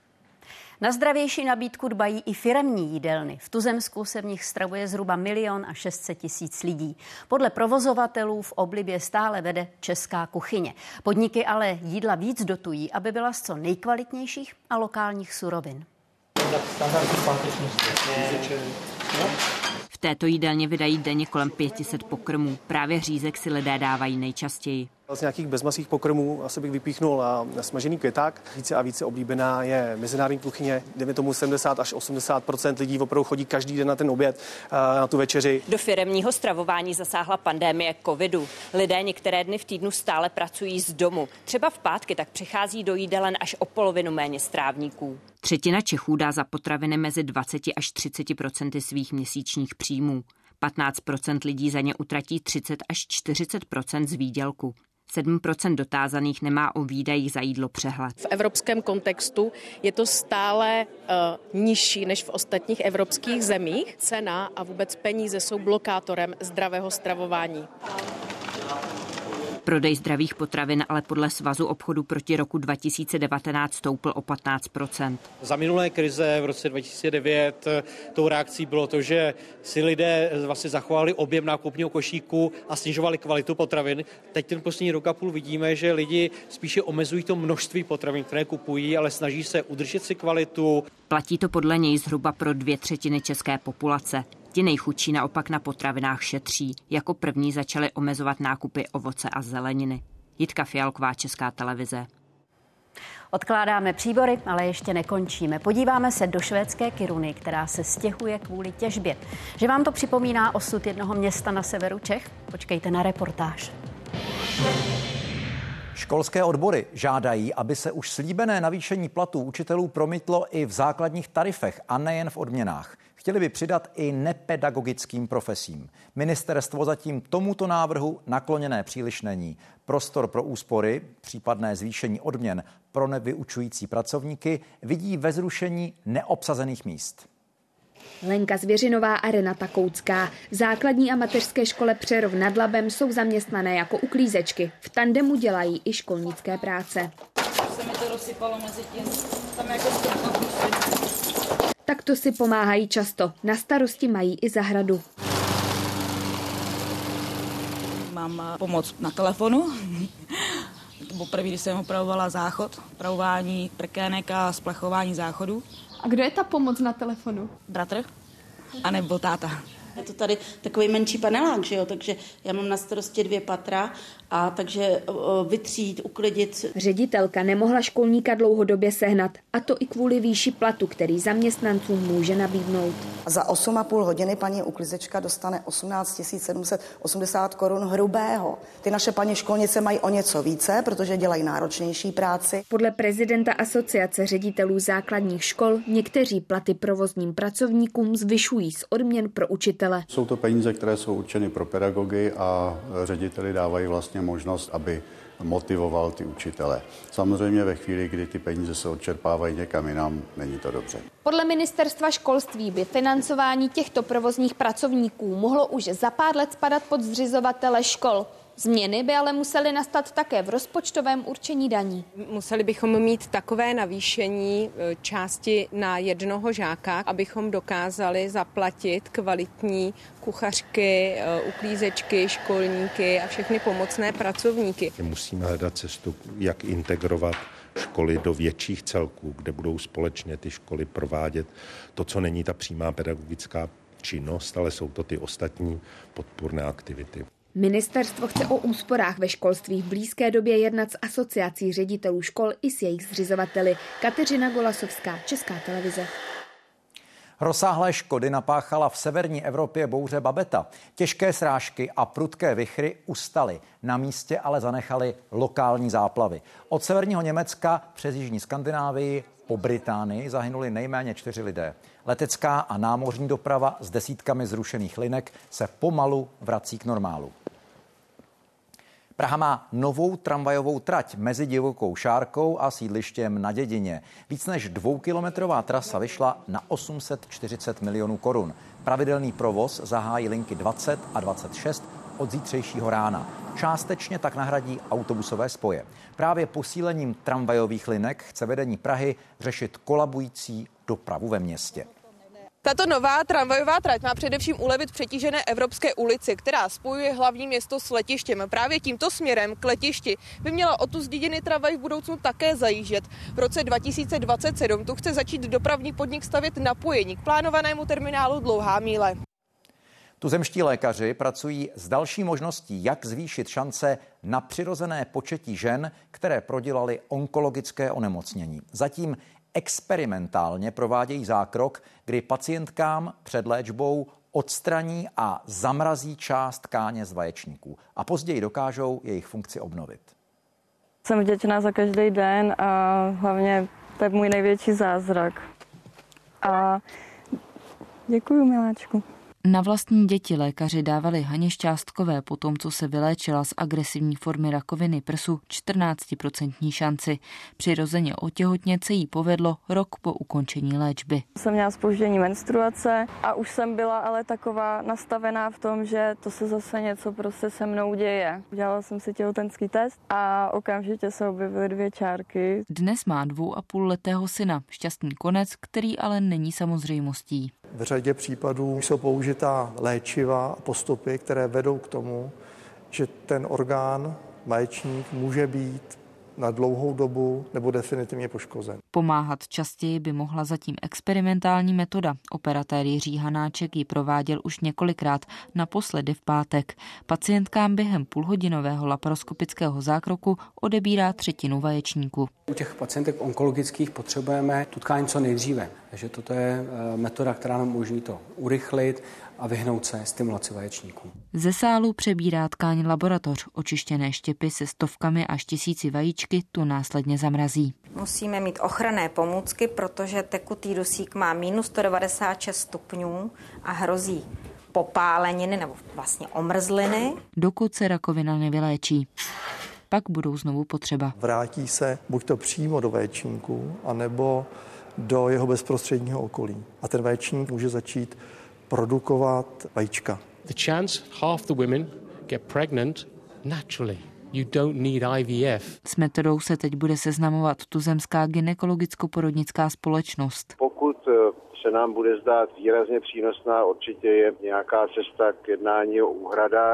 Na zdravější nabídku dbají i firemní jídelny. V Tuzemsku se v nich stravuje zhruba milion a šest set tisíc lidí. Podle provozovatelů v oblibě stále vede česká kuchyně. Podniky ale jídla víc dotují, aby byla z co nejkvalitnějších a lokálních surovin. V této jídelně vydají denně kolem pět set pokrmů. Právě řízek si lidé dávají nejčastěji. Z nějakých bezmasých pokrmů asi bych vypíchnul smažený květák. Více a více oblíbená je mezinárodní kuchyně. Dejme tomu sedmdesát až osmdesát procent lidí opravdu chodí každý den na ten oběd, na tu večeři. Do firemního stravování zasáhla pandemie covidu. Lidé některé dny v týdnu stále pracují z domu. Třeba v pátky tak přichází do jídelen až o polovinu méně strávníků. Třetina Čechů dá za potraviny mezi dvacet až třicet procent svých měsíčních příjmů. patnáct procent lidí za ně utratí třicet až čtyřicet procent z výdělku. sedm procent dotázaných nemá o výdajích za jídlo přehled. V evropském kontextu je to stále uh, nižší než v ostatních evropských zemích. Cena a vůbec peníze jsou blokátorem zdravého stravování. Prodej zdravých potravin ale podle Svazu obchodu proti roku dva tisíce devatenáct stoupl o patnáct procent. Za minulé krize v roce dva tisíce devět tou reakcí bylo to, že si lidé vlastně zachovali objem nákupního košíku a snižovali kvalitu potravin. Teď ten poslední rok a půl vidíme, že lidi spíše omezují to množství potravin, které kupují, ale snaží se udržet si kvalitu. Platí to podle něj zhruba pro dvě třetiny české populace. Ti nejchudší naopak na potravinách šetří. Jako první začali omezovat nákupy ovoce a zeleniny. Jitka Fialková, Česká televize. Odkládáme příbory, ale ještě nekončíme. Podíváme se do švédské Kiruny, která se stěhuje kvůli těžbě. Že vám to připomíná osud jednoho města na severu Čech? Počkejte na reportáž. Školské odbory žádají, aby se už slíbené navýšení platů učitelů promítlo i v základních tarifech a nejen v odměnách. Chtěli by přidat i nepedagogickým profesím. Ministerstvo zatím tomuto návrhu nakloněné příliš není. Prostor pro úspory, případné zvýšení odměn pro nevyučující pracovníky vidí ve zrušení neobsazených míst. Lenka Zvěřinová a Renata Koucká. V základní a mateřské škole Přerov nad Labem jsou zaměstnané jako uklízečky. V tandemu dělají i školnické práce. Se mi to rozsypalo mezi tím, tam jako stopno. Takto si pomáhají často. Na starosti mají i zahradu. mám pomoc na telefonu. To bylo první, když jsem opravovala záchod, opravování prkének a splechování záchodů. A kdo je ta pomoc na telefonu? Bratr a nebo táta. Je to tady takový menší panelák, že jo, takže já mám na starosti dvě patra a takže vytřít, uklidit. Ředitelka nemohla školníka dlouhodobě sehnat, a to i kvůli výši platu, který zaměstnancům může nabídnout. Za osm a půl hodiny paní uklizečka dostane osmnáct tisíc sedm set osmdesát korun hrubého. Ty naše paní školnice mají o něco více, protože dělají náročnější práci. Podle prezidenta Asociace ředitelů základních škol někteří platy provozním pracovníkům zvyšují z odměn pro učitele. Jsou to peníze, které jsou určeny pro pedagogy a řediteli dávají vlastně možnost, aby motivoval ty učitele. Samozřejmě ve chvíli, kdy ty peníze se odčerpávají někam jinam, není to dobře. Podle ministerstva školství by financování těchto provozních pracovníků mohlo už za pár let spadat pod zřizovatele škol. Změny by ale musely nastat také v rozpočtovém určení daní. Museli bychom mít takové navýšení části na jednoho žáka, abychom dokázali zaplatit kvalitní kuchařky, uklízečky, školníky a všechny pomocné pracovníky. Musíme hledat cestu, jak integrovat školy do větších celků, kde budou společně ty školy provádět to, co není ta přímá pedagogická činnost, ale jsou to ty ostatní podpůrné aktivity. Ministerstvo chce o úsporách ve školství v blízké době jednat s asociací ředitelů škol i s jejich zřizovateli. Kateřina Golasovská, Česká televize. Rozsáhlé škody napáchala v severní Evropě bouře Babeta. Těžké srážky a prudké vichry ustaly. Na místě ale zanechaly lokální záplavy. Od severního Německa přes jižní Skandinávii po Británii zahynuli nejméně čtyři lidé. Letecká a námořní doprava s desítkami zrušených linek se pomalu vrací k normálu. Praha má novou tramvajovou trať mezi Divokou Šárkou a sídlištěm na Dědině. Víc než dvoukilometrová trasa vyšla na osm set čtyřicet milionů korun. Pravidelný provoz zahájí linky dvacet a dvacet šest od zítřejšího rána. Částečně tak nahradí autobusové spoje. Právě posílením tramvajových linek chce vedení Prahy řešit kolabující dopravu ve městě. Tato nová tramvajová trať má především ulevit přetížené Evropské ulici, která spojuje hlavní město s letištěm. Právě tímto směrem k letišti by měla odtud z Dědiny tramvaj v budoucnu také zajíždět. V roce dva tisíce dvacet sedm tu chce začít dopravní podnik stavět napojení k plánovanému terminálu Dlouhá míle. Tuzemští lékaři pracují s další možností, jak zvýšit šance na přirozené početí žen, které prodělaly onkologické onemocnění. Zatím experimentálně provádějí zákrok, kdy pacientkám před léčbou odstraní a zamrazí část tkáně z vaječníků a později dokážou jejich funkci obnovit. Jsem vděčná za každý den a hlavně to je můj největší zázrak. A děkuju, miláčku. Na vlastní děti lékaři dávali Haně Šťástkové po tom, co se vyléčila z agresivní formy rakoviny prsu, čtrnáct procent šanci. Přirozeně otěhotnět se jí povedlo rok po ukončení léčby. Jsem měla zpoždění menstruace a už jsem byla ale taková nastavená v tom, že to se zase něco prostě se mnou děje. Udělala jsem si těhotenský test a okamžitě se objevily dvě čárky. Dnes má dvou a půl letého syna. Šťastný konec, který ale není samozřejmostí. V řadě případů jsou použitá léčiva a postupy, které vedou k tomu, že ten orgán, vaječník, může být na dlouhou dobu nebo definitivně poškozen. Pomáhat častěji by mohla zatím experimentální metoda. Operatér Jiří Hanáček ji prováděl už několikrát, naposledy v pátek. Pacientkám během půlhodinového laparoskopického zákroku odebírá třetinu vaječníku. U těch pacientek onkologických potřebujeme tu tkáň co nejdříve. Takže toto je metoda, která nám umožní to urychlit a vyhnout se stimulaci vaječníků. Ze sálu přebírá tkáň laboratoř. Očištěné štěpy se stovkami až tisíci vajíčky tu následně zamrazí. Musíme mít ochranné pomůcky, protože tekutý dusík má minus sto devadesát šest stupňů a hrozí popáleniny nebo vlastně omrzliny. Dokud se rakovina nevyléčí. Pak budou znovu potřeba. Vrátí se buď to přímo do vaječníku, anebo do jeho bezprostředního okolí. A ten vaječník může začít produkovat vajíčka. The chance half the women get pregnant naturally. You don't need I V F. S metodou se teď bude seznamovat tuzemská gynekologicko-porodnická společnost. Pokud se nám bude zdát výrazně přínosná, určitě je nějaká cesta k jednání o úhradách.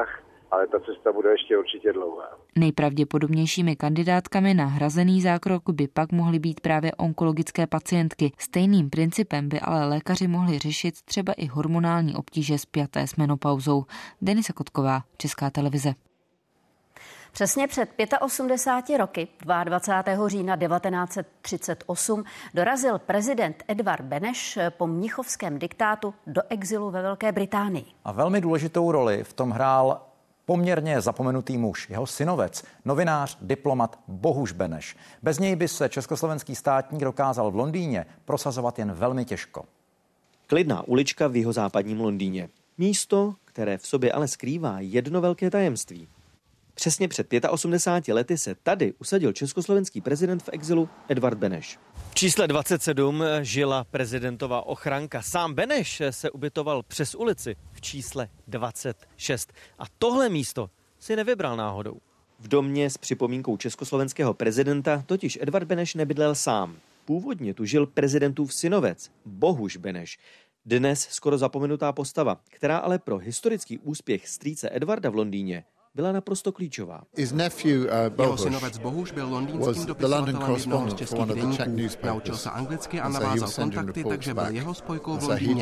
ale ta cesta bude ještě určitě dlouhá. Nejpravděpodobnějšími kandidátkami na hrazený zákrok by pak mohly být právě onkologické pacientky. Stejným principem by ale lékaři mohli řešit třeba i hormonální obtíže spjaté s menopauzou. Denisa Kotková, Česká televize. Přesně před osmdesáti pěti roky, dvacátého druhého října devatenáct set třicet osm, dorazil prezident Edvard Beneš po mnichovském diktátu do exilu ve Velké Británii. A velmi důležitou roli v tom hrál poměrně zapomenutý muž, jeho synovec, novinář, diplomat Bohuš Beneš. Bez něj by se československý státník dokázal v Londýně prosazovat jen velmi těžko. Klidná ulička v jihozápadním Londýně. Místo, které v sobě ale skrývá jedno velké tajemství. Přesně před osmdesáti pěti lety se tady usadil československý prezident v exilu Edvard Beneš. V čísle dvacet sedm žila prezidentová ochranka. Sám Beneš se ubytoval přes ulici v čísle dvacet šest. A tohle místo si nevybral náhodou. V domě s připomínkou československého prezidenta totiž Edvard Beneš nebydlel sám. Původně tu žil prezidentův synovec Bohuš Beneš. Dnes skoro zapomenutá postava, která ale pro historický úspěch strýce Edvarda v Londýně byla naprosto klíčová. Jeho synovec Bohuš byl londýnským dopisovatelem jednoho z českých deníků. Naučil se anglicky a navázal kontakty, takže byl jeho spojkou v Londýně.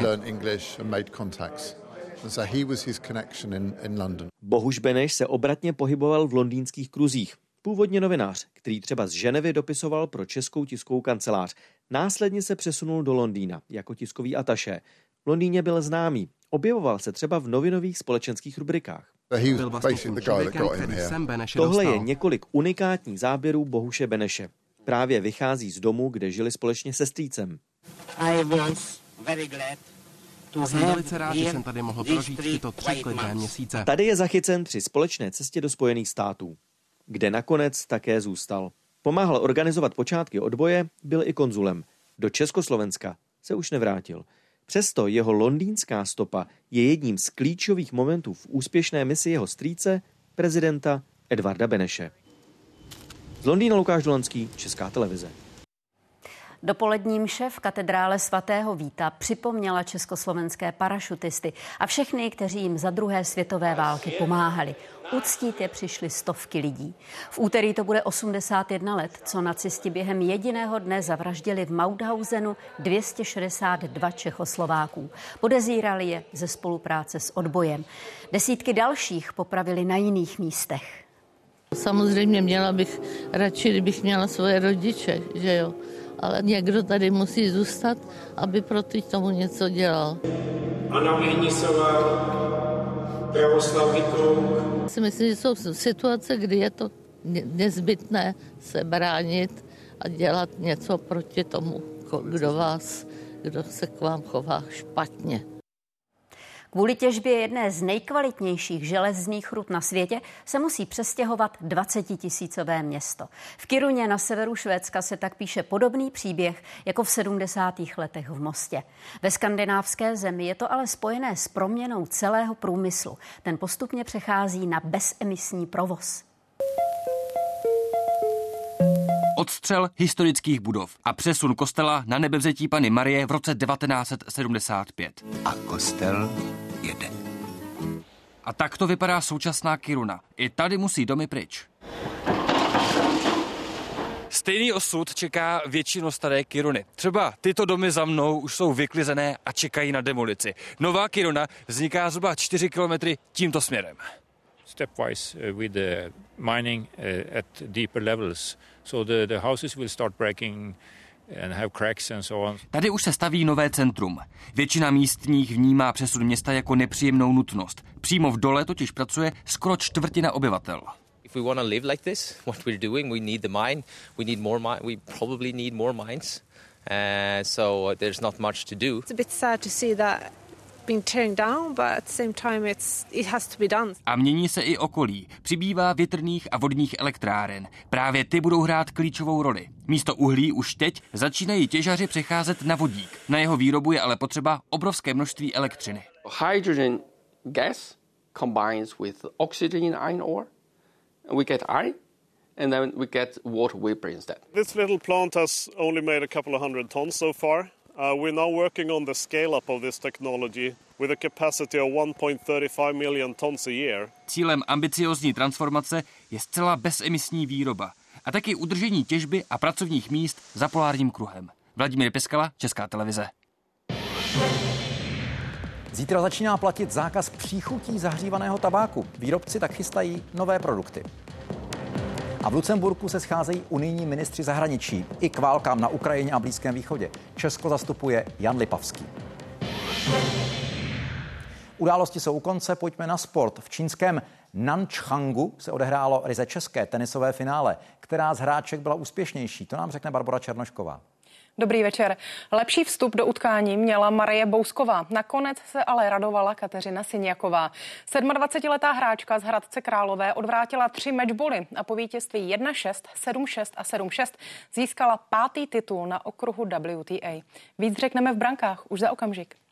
Bohuš Beneš se obratně pohyboval v londýnských kruzích. Původně novinář, který třeba z Ženevy dopisoval pro českou tiskovou kancelář. Následně se přesunul do Londýna jako tiskový atašé. V Londýně byl známý. Objevoval se třeba v novinových společenských rubrikách. Byl vlastně tím člověkem, který sem Beneše Tohle dostal. je několik unikátních záběrů Bohuše Beneše. Právě vychází z domu, kde žili společně se strýcem. Jsem velice rád, že jsem tady mohl prožít tyto tři klidné měsíce. Tady je zachycen při společné cestě do Spojených států, kde nakonec také zůstal. Pomáhal organizovat počátky odboje, byl i konzulem. Do Československa se už nevrátil. Přesto jeho londýnská stopa je jedním z klíčových momentů v úspěšné misi jeho strýce, prezidenta Edvarda Beneše. Z Londýna Lukáš Dolanský, Česká televize. Dopolední mše v katedrále svatého Víta připomněla československé parašutisty a všechny, kteří jim za druhé světové války pomáhali. Uctít je přišly stovky lidí. V úterý to bude osmdesát jedna let, co nacisti během jediného dne zavraždili v Mauthausenu dvě stě šedesát dva Čechoslováků. Podezírali je ze spolupráce s odbojem. Desítky dalších popravili na jiných místech. Samozřejmě měla bych radši, kdybych měla svoje rodiče, že jo. Ale někdo tady musí zůstat, aby proti tomu něco dělal. Anna Mihnisová, pravoslavný kruh. Si myslím, že jsou situace, kdy je to nezbytné se bránit a dělat něco proti tomu, kdo vás, kdo se k vám chová špatně. Kvůli těžbě jedné z nejkvalitnějších železných rud na světě se musí přestěhovat dvacetitisícové město. V Kiruně na severu Švédska se tak píše podobný příběh jako v sedmdesátých letech v Mostě. Ve skandinávské zemi je to ale spojené s proměnou celého průmyslu. Ten postupně přechází na bezemisní provoz. Odstřel historických budov a přesun kostela na Nebevzetí Panny Marie v roce devatenáct set sedmdesát pět. A kostel jede. A tak to vypadá současná Kiruna. I tady musí domy pryč. Stejný osud čeká většinu staré Kiruny. Třeba tyto domy za mnou už jsou vyklizené a čekají na demolici. Nová Kiruna vzniká zhruba čtyři kilometry tímto směrem. Stepwise uh, with the mining uh, at deeper levels. So the, the houses will start breaking and have cracks and so on. Tady už se staví nové centrum. Většina místních vnímá přesun města jako nepříjemnou nutnost. Přímo v dole totiž pracuje skoro čtvrtina obyvatel. If we want to live like this, what we're doing, we need the mine. We need more mine. We probably need more mines. Uh, so there's not much to do. It's a bit sad to see that being turned down, but at the same time it's it has to be done. A mění se i okolí. Přibývá větrných a vodních elektráren. Právě ty budou hrát klíčovou roli. Místo uhlí už teď začínají těžaři přecházet na vodík. Na jeho výrobu je ale potřeba obrovské množství elektřiny. Hydrogen gas combines with oxygen in iron ore, and we get iron, and then we get water vapor instead. This little plant has only made a couple of hundred tons so far. Uh, we're now working on the scale up of this technology with a capacity of one point three five million tons a year. Cílem ambiciozní transformace je zcela bezemisní výroba a taky udržení těžby a pracovních míst za polárním kruhem. Vladimír Piskala, Česká televize. Zítra začíná platit zákaz příchutí zahřívaného tabáku. Výrobci tak chystají nové produkty. A v Lucemburku se scházejí unijní ministři zahraničí i k válkám na Ukrajině a Blízkém východě. Česko zastupuje Jan Lipavský. Události jsou u konce, pojďme na sport. V čínském Nanchangu se odehrálo ryze české tenisové finále. Která z hráček byla úspěšnější? To nám řekne Barbora Černošková. Dobrý večer. Lepší vstup do utkání měla Marie Bousková. Nakonec se ale radovala Kateřina Siniaková. sedmadvacetiletá hráčka z Hradce Králové odvrátila tři matchboly a po vítězství jedna šest, sedm šest a sedm šest získala pátý titul na okruhu W T A. Víc řekneme v brankách už za okamžik.